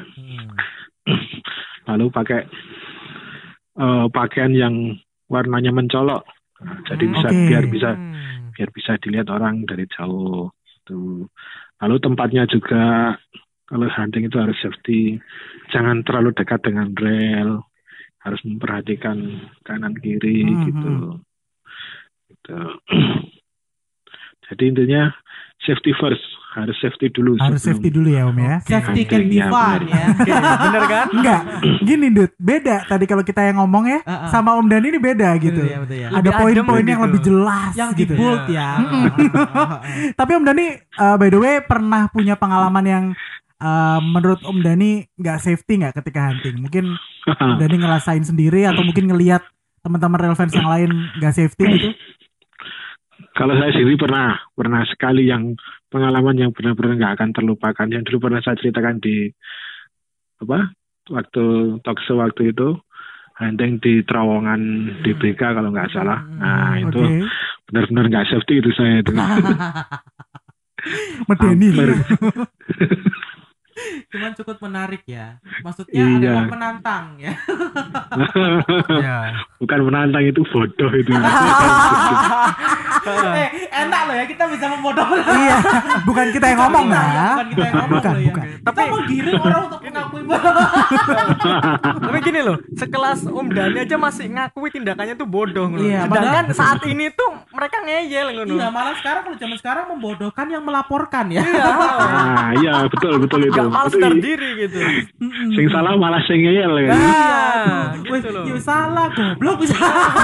D: Lalu pakai pakaian yang warnanya mencolok. Nah, jadi biar bisa dilihat orang dari jauh. Tuh. Lalu tempatnya juga kalau hunting itu harus safety. Jangan terlalu dekat dengan rel. Harus memperhatikan kanan kiri gitu. Jadi intinya safety first. Harus safety dulu.
A: Harus safety dulu ya Om ya.
C: Safety can be fun ya.
B: Bener kan?
A: Enggak, gini Dut, beda tadi kalau kita yang ngomong ya, sama Om Dani ini beda gitu.
C: Betul ya.
A: Ada
B: Lebih
A: poin-poin
B: adem
A: yang
B: gitu.
A: lebih jelas
C: Yang di
A: gitu.
C: bold ya.
A: Tapi Om Dani, by the way, pernah punya pengalaman yang menurut Om Dani nggak safety nggak ketika hunting? Mungkin Om Dani ngerasain sendiri atau mungkin ngelihat teman-teman real fans yang lain nggak safety gitu?
D: Kalau saya sendiri pernah sekali yang pengalaman yang benar-benar nggak akan terlupakan. Yang dulu pernah saya ceritakan di waktu talk show waktu itu. hunting di terowongan DBK kalau nggak salah. Nah itu
A: Oke.
D: benar-benar nggak safety itu saya itu.
A: Medeni.
D: Hampir.
C: Cuman cukup menarik ya. Maksudnya
D: Iya.
C: adalah menantang ya.
B: Ya.
D: Bukan menantang, itu bodoh itu.
C: Enak loh ya kita bisa membodohkan.
A: Iya, bukan kita yang ngomong
C: Bukan
A: ya.
C: kita yang ngomong
A: Bukan,
C: loh ya.
A: bukan.
C: Kita mau giring orang untuk mengakui
B: Tapi gini loh, sekelas Om Dani aja masih ngakui tindakannya tuh bodoh ngono.
C: Iya,
B: Sedangkan saat ini tuh mereka ngeyel ngono.
C: Iya, malah sekarang kalau zaman sekarang membodohkan yang melaporkan ya.
D: Nah, iya betul itu.
B: Gak malas
D: Itu
B: sadar diri gitu.
D: sing salah malah sing ngeyel ya.
B: Iya,
C: Wih,
B: gitu loh.
C: ya salah goblok bisa.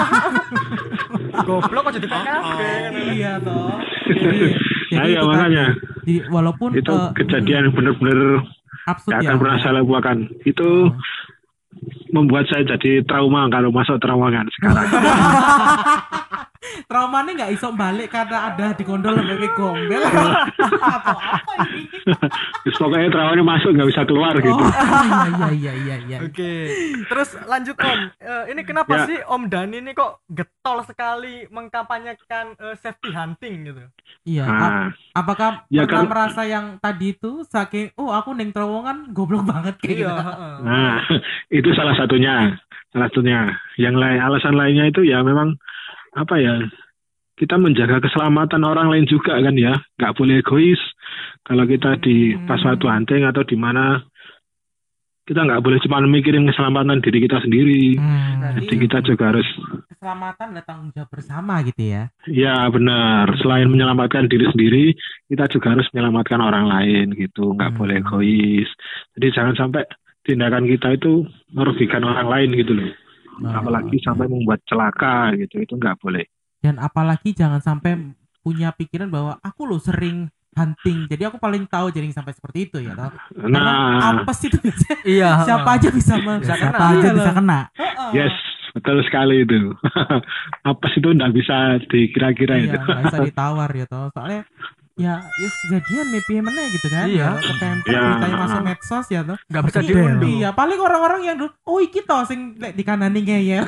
B: Goblok kok jadi PKB.
C: Iya toh.
D: Nah, iya
C: itu
D: makanya
C: tadi. Walaupun
D: itu kejadian benar-benar
C: absurd
D: gak
C: ya.
D: akan pernah saya lupakan. Itu membuat saya jadi trauma kalau masuk terowongan sekarang.
C: Traumanya nggak iso balik karena ada di gondol lebih gombel atau apa ini?
D: Terus pokoknya traumanya masuk nggak bisa keluar gitu.
C: Iya.
B: Oke. Terus lanjut Om. Ini kenapa
D: Ya.
B: sih Om Dani ini kok getol sekali mengkampanyekan safety hunting gitu?
C: Iya.
D: Nah,
C: Apakah
D: Ya,
C: pernah
D: kan-
C: merasa yang tadi itu saking aku neng terowongan goblok banget kayak gitu.
D: nah itu salah satunya. Yang lain, alasan lainnya itu ya memang apa ya, kita menjaga keselamatan orang lain juga kan ya, nggak boleh egois. Kalau kita di pas waktu hunting atau di mana, kita nggak boleh cuma mikirin keselamatan diri kita sendiri. Jadi kita juga harus,
C: Keselamatan adalah tanggung jawab bersama gitu ya.
D: ya benar, selain menyelamatkan diri sendiri, kita juga harus menyelamatkan orang lain gitu, nggak boleh egois. Jadi jangan sampai tindakan kita itu merugikan orang lain gitu loh. Apalagi sampai membuat celaka gitu, itu nggak boleh.
C: Dan apalagi jangan sampai punya pikiran bahwa aku loh sering hunting, jadi aku paling tahu, jadi sampai seperti itu ya toh. Karena
D: Nah,
C: apes itu biasanya
B: Iya.
C: siapa aja bisa
A: Siapa aja bisa kena.
D: yes, betul sekali itu. Apes itu nggak bisa dikira-kira
C: Iya,
D: itu.
C: nggak bisa ditawar ya toh. Soalnya ya kejadian maybe mana gitu kan.
B: Iya.
C: Ketempel
D: Ya.
C: beritanya masuk medsos ya toh.
B: Gak bisa
A: Betul.
B: diunduh.
C: Iya, paling orang-orang yang dulu, oh iki toh sing lek di kanan ya.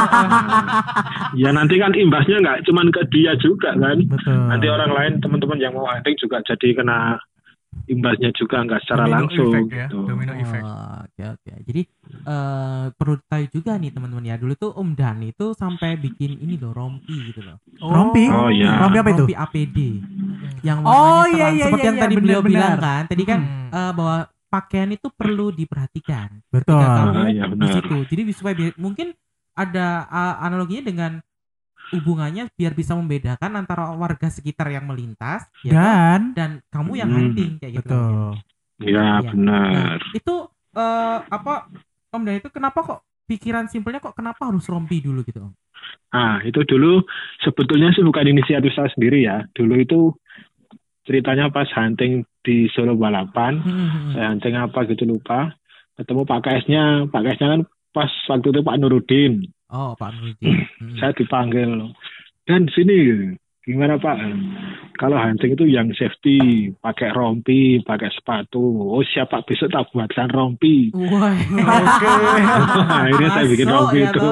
D: Ya nanti kan imbasnya nggak cuman ke dia juga kan.
A: Betul.
D: Nanti orang lain, teman-teman yang mau hunting juga jadi kena imbasnya juga, nggak secara
B: Domino
D: langsung
B: effect ya,
D: gitu.
B: domino effect.
C: Oke. Jadi perlu tahu juga nih teman-teman ya. Dulu tuh Om Dani itu sampai bikin ini loh rompi gitu loh.
A: Rompi?
D: Oh, iya.
A: Rompi apa itu?
C: Rompi APD. Yang
A: Oh,
C: warnanya
A: iya,
C: terang.
A: iya,
C: Seperti
A: iya,
C: yang
A: iya,
C: tadi
A: benar,
C: beliau
A: benar.
C: bilang kan. Tadi kan
B: Hmm.
C: bahwa pakaian itu perlu diperhatikan.
A: Betul.
C: Ketika kamu
D: Ah, iya,
C: di
D: benar.
C: situ. Jadi supaya mungkin ada analoginya dengan hubungannya biar bisa membedakan antara warga sekitar yang melintas ya kan,
A: Dan
C: dan kamu yang
D: Hmm,
C: hunting kayak gitu.
A: betul.
D: Ya
C: Iya.
D: benar.
C: Nah, itu Om Dan itu kenapa kok pikiran simpelnya kok kenapa harus rompi dulu gitu Om?
D: Nah, itu dulu sebetulnya sih bukan inisiatif saya sendiri ya. Dulu itu ceritanya pas hunting di Solo Balapan, saya hunting apa gitu lupa. Ketemu Pak KS-nya kan pas waktu itu Pak Nurudin.
C: Oh, Pak Nurudin.
D: Saya dipanggil, dan sini gimana Pak? Kalau hunting itu yang safety, pakai rompi, pakai sepatu. Oh siapa besok tak buatkan rompi.
C: Wah.
B: Oke.
D: Akhirnya saya bikin
C: Masuk,
D: rompi
C: ya,
D: itu.
C: toh.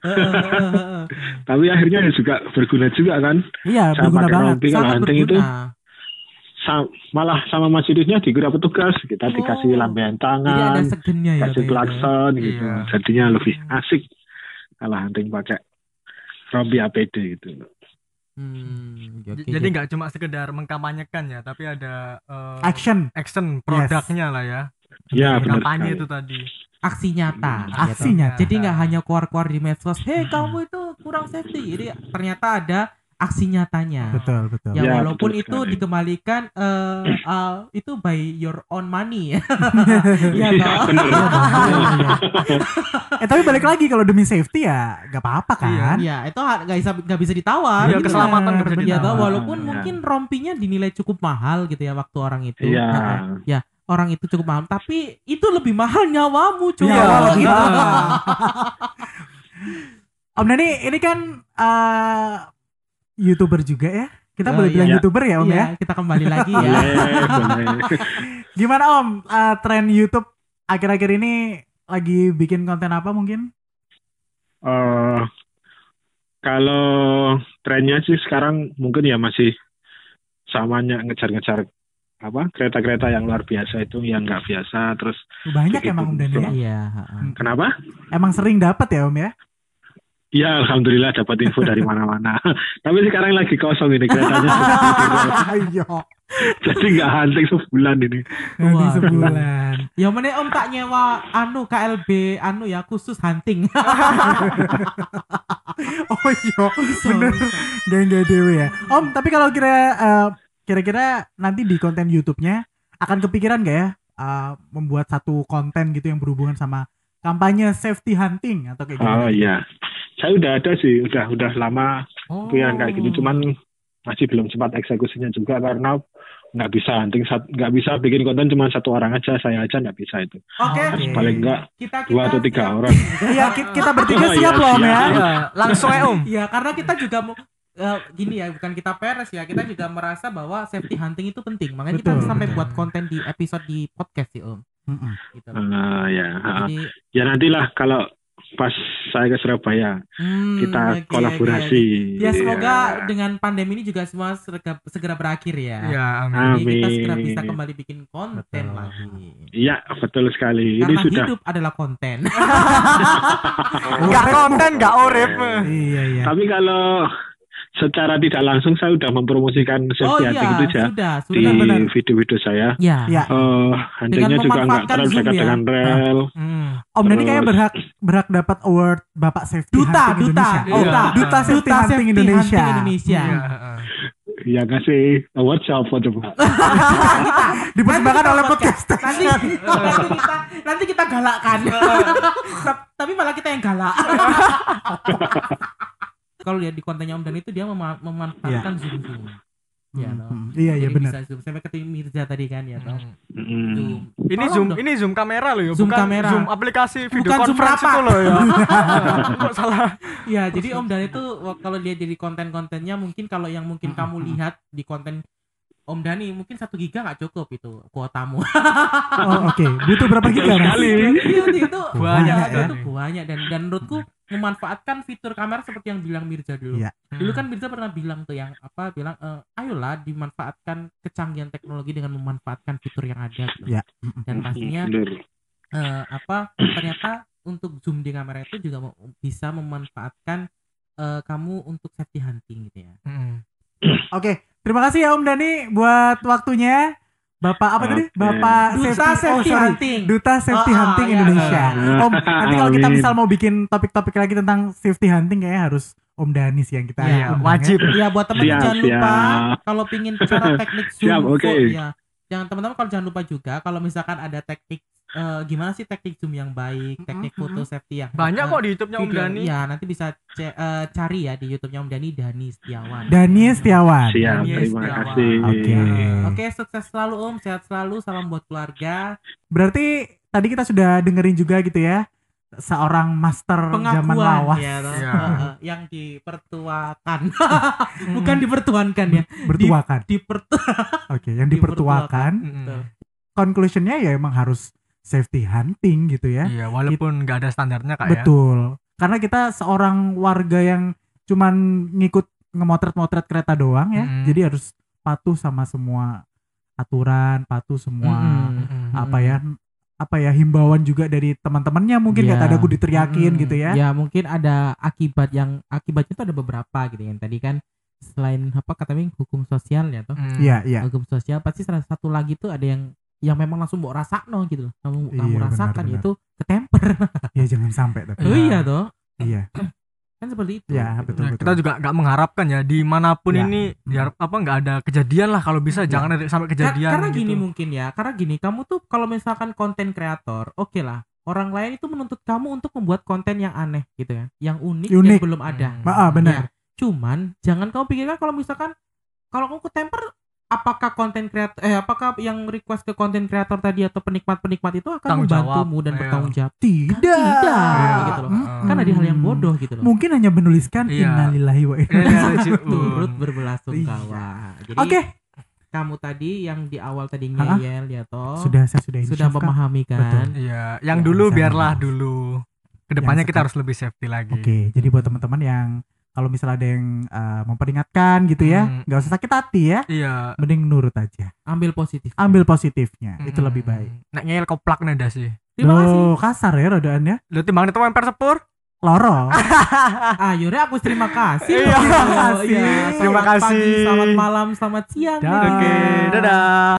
D: Tapi akhirnya juga berguna juga kan.
A: Iya,
D: Saya
A: berguna
D: pakai
A: banget.
D: rompi kalau
C: Sangat
D: hunting itu.
C: berguna.
D: Malah sama majelisnya dikira petugas, kita dikasih lambaian
C: Jadi ada
D: tangan,
C: segennya ya.
D: kasih
C: Teh.
D: klakson gitu.
B: Iya.
D: Jadinya lebih asik kalau hunting pakai rompi APD gitu.
B: Jadi nggak cuma sekedar mengkampanyekan ya, tapi ada
A: Action.
B: action produknya lah ya.
D: Ya benar
B: Kampanye
D: sekali.
B: itu tadi.
C: Aksi nyata.
A: Aksi
C: gitu.
A: nyata.
C: Jadi nggak hanya keluar-keluar di medsos, hei kamu itu kurang safety. Jadi ternyata ada aksi nyatanya.
A: Betul.
C: Ya,
D: Ya,
C: walaupun
D: betul
C: itu
D: sekali.
C: dikembalikan itu by your own money ya. Iya
D: Iya,
C: toh?
D: benar.
A: Tapi balik lagi kalau demi safety ya gak apa-apa kan.
C: Iya, itu nggak bisa ditawar.
B: Iya,
C: gitu.
B: keselamatan nggak bisa
C: Iya toh,
B: ditawar.
C: walaupun
D: Iya.
C: mungkin rompinya dinilai cukup mahal gitu ya waktu orang itu.
D: Iya.
C: Ya, orang itu cukup mahal, tapi itu lebih mahal nyawamu, cuy.
A: Iya, lebih
C: Gitu.
A: mahal. Om Dani ini kan YouTuber juga ya. Kita
C: Oh,
A: boleh
C: iya.
A: bilang
D: Iya.
A: YouTuber ya Om ya.
C: Iya, kita kembali lagi ya.
D: Boleh.
A: Gimana Om tren YouTube akhir-akhir ini lagi bikin konten apa mungkin?
D: eh kalau trennya sih sekarang mungkin ya masih samanya ngejar-ngejar kereta-kereta yang luar biasa itu yang nggak biasa terus
A: Banyak
D: begitu.
A: emang Om Dani ya.
C: Iya,
D: Kenapa?
A: Emang sering dapat ya Om ya?
D: Ya alhamdulillah dapat info dari mana-mana. Tapi sekarang lagi kosong ini keretanya.
A: Ayo.
D: Jadi nggak hunting sebulan ini.
A: Nanti
C: Wah.
A: sebulan.
C: Ya mana Om tak nyewa KLB ya khusus hunting.
A: Oh iya, bener. Gak dewe ya. Om, tapi kalau kira-kira nanti di konten YouTube-nya akan kepikiran gak ya membuat satu konten gitu yang berhubungan sama kampanye safety hunting atau kayak gitu?
D: Oh iya, saya udah ada sih, udah lama yang kayak gitu, cuman masih belum sempat eksekusinya juga karena nggak bisa bikin konten cuma satu orang aja, saya aja nggak bisa itu.
C: Oke.
D: Harus paling nggak
C: Kita
D: 2 atau 3 orang.
A: Iya, kita bertiga
D: Oh,
A: siap
D: iya,
A: loh Om ya.
D: siap.
B: Iya, langsung ya Om.
C: Iya, karena kita juga mau gini ya, bukan kita peres ya, kita juga merasa bahwa safety hunting itu penting. Makanya kita
A: Betul,
C: sampai
B: betul.
C: buat konten di episode di podcast sih Om. Gitu.
D: Ya,
C: Jadi
D: ya nantilah kalau pas saya ke Surabaya kita
C: oke,
D: kolaborasi.
C: oke. Ya semoga
D: Ya.
C: dengan pandemi ini juga semua segera berakhir ya.
B: Ya, amin.
C: Jadi kita
D: Amin.
C: segera bisa kembali bikin konten
A: Betul.
C: lagi.
D: Iya betul sekali.
C: Karena
D: Ini sudah.
C: hidup adalah konten.
B: Nggak konten, nggak urip.
A: Iya, iya.
D: Tapi kalau secara tidak langsung saya sudah mempromosikan
C: Oh
D: safety hunting
C: iya,
D: itu ya
C: sudah
D: di
A: benar.
D: video-video saya.
C: Ya.
A: Ya.
D: Huntingnya juga nggak
C: memanfaatkan
D: terlalu
C: Zoom
D: dekat
C: ya.
D: dengan rel.
A: Om Dani
D: Terus-
A: kayak berhak dapat award Bapak Safety
C: Duta,
A: Hunting
C: duta.
A: Indonesia.
B: Oh,
A: Duta,
B: duta.
A: Safety Hunting Indonesia.
C: Indonesia.
D: Ya kasih award siapa coba?
A: Dipersembahkan oleh podcast.
C: Nanti kita galakkan. Tapi malah kita yang galak. Kalau lihat di kontennya Om Dan itu dia memanfaatkan zoom. Ya, toh.
A: Iya, iya
C: Jadi
A: benar.
C: bisa zoom. Sampai ke tim Mirza tadi kan ya, toh.
D: Mm.
C: Zoom.
B: Ini
C: Tolong
B: zoom,
C: dong.
B: ini zoom kamera loh ya,
C: Zoom
B: bukan
C: kamera.
B: zoom aplikasi video
C: Bukan zoom
B: conference
C: rapat.
B: itu loh ya. Kok salah?
C: Ya, jadi Om Dan itu kalau dia jadi konten-kontennya mungkin kalau yang mungkin kamu lihat di konten Om Dani mungkin 1 giga nggak cukup itu kuotamu.
A: Oh, oke. Butuh berapa giga, Mas?
C: Iya, itu
B: Banyak
C: itu
B: sekali.
C: banyak dan menurutku memanfaatkan fitur kamera seperti yang bilang Mirza dulu.
A: Iya.
C: Dulu kan Mirza pernah bilang tuh ayolah dimanfaatkan kecanggihan teknologi dengan memanfaatkan fitur yang ada gitu.
A: Iya.
C: Dan pastinya
D: Bener.
C: ternyata untuk zoom di kamera itu juga bisa memanfaatkan kamu untuk safety hunting gitu ya.
A: Oke, terima kasih ya Om Dani buat waktunya. Bapak apa tadi?
D: Oke.
A: Bapak
C: Duta Safety Hunting.
A: Duta Safety Hunting
C: iya.
A: Indonesia. Om, nanti kalau kita
D: Amin.
A: misal mau bikin topik-topik lagi tentang safety hunting kayaknya harus Om Dani sih yang kita
B: Iya,
A: undang,
B: wajib.
C: Ya buat teman-teman
D: Siap,
C: jangan lupa
D: siap.
C: kalau pingin cara teknik zoom
D: Siap, oke.
C: ya. Jangan teman-teman kalau jangan lupa juga kalau misalkan ada teknik gimana sih teknik zoom yang baik, teknik foto safety yang
B: Banyak kok di YouTube-nya Om
C: video.
B: Dani.
C: Ya, nanti bisa cari ya di YouTube-nya Om Dani Setiawan.
A: Dani Setiawan.
D: Siap,
B: Yes,
D: terima
B: Setiawan.
D: kasih.
A: Oke.
C: Oke, sukses selalu Om, sehat selalu, salam buat keluarga.
A: Berarti tadi kita sudah dengerin juga gitu ya seorang master zaman
C: Pengakuan
A: lawas
C: ya, toh.
B: Ya.
C: Yang dipertuakan. Bukan dipertuankan ya.
A: bertuakan.
C: Dipertuakan.
A: Oke, yang dipertuakan. Conclusionnya ya emang harus safety hunting gitu ya.
B: Iya, walaupun nggak ada standarnya Kak ya.
A: Betul. Karena kita seorang warga yang cuman ngikut ngemotret-motret kereta doang ya.
B: Mm-mm.
A: Jadi harus patuh sama semua aturan, patuh semua apa ya himbauan juga dari teman-temannya mungkin
C: Iya.
A: kayak tadi aku diteriakin gitu ya.
C: Ya mungkin ada akibatnya itu ada beberapa gitu kan. Tadi kan selain katanya hukum sosial ya toh.
A: Iya, iya.
C: Hukum sosial pasti salah satu lagi tuh ada yang memang langsung mau rasakno gitu loh. Kamu
A: Iya,
C: rasakan
A: benar.
C: yaitu ketemper.
A: Ya jangan sampai tapi.
C: Oh iya toh.
A: Iya.
C: Kan seperti itu.
A: Ya,
C: gitu.
A: betul.
B: Nah, kita juga nggak mengharapkan ya dimanapun
A: Ya.
B: ini nggak ada kejadian lah kalau bisa
A: Ya.
B: jangan ada sampai kejadian
C: Karena
B: gitu.
C: gini mungkin ya, karena gini kamu tuh kalau misalkan konten kreator, oke lah. Orang lain itu menuntut kamu untuk membuat konten yang aneh gitu ya, yang unik, yang
A: Unik.
C: belum ada.
A: Benar.
C: Ya, cuman jangan kamu pikirkan kalau misalkan kalau kamu ketemper apakah konten kreator apakah yang request ke konten kreator tadi atau penikmat-penikmat itu akan
B: Tanggung
C: membantumu
B: jawab,
C: dan
B: iya.
C: bertanggung jawab?
A: Tidak.
C: Tidak gitu loh. Kan ada hal yang bodoh gitu loh.
A: Mungkin hanya menuliskan
B: Iya.
A: innalillahi wa inna
B: Iya,
A: ilaihi
B: iya,
C: Turut berbelasungkawa. Jadi
A: Oke,
C: kamu tadi yang di awal tadi
A: Ha-ha.
C: ngeyel ya toh.
A: saya sudah
C: sudah
A: insyafkan.
C: memahami
A: Betul.
C: kan.
B: Iya, yang
A: Ya,
B: dulu
A: bisa
B: biarlah
A: maaf.
B: dulu. kedepannya
A: Yang
B: kita harus lebih safety lagi.
A: Oke, jadi buat teman-teman yang kalau misalnya ada yang memperingatkan gitu ya, nggak usah sakit hati ya.
B: Iya.
A: Mending nurut aja.
C: Ambil positif.
A: Ambil positifnya, itu lebih baik.
B: Nek ngeyel koplak neda sih.
C: Terima kasih.
A: Kasar ya rodaannya.
B: Lu timbang itu emper sepur.
A: Loro.
C: Yaudah aku terima kasih.
B: Iya,
C: loh.
A: kasih.
C: Iya,
B: Terima
C: selamat pagi,
B: kasih.
C: selamat malam, selamat siang.
A: Dah.
B: Oke, dadah.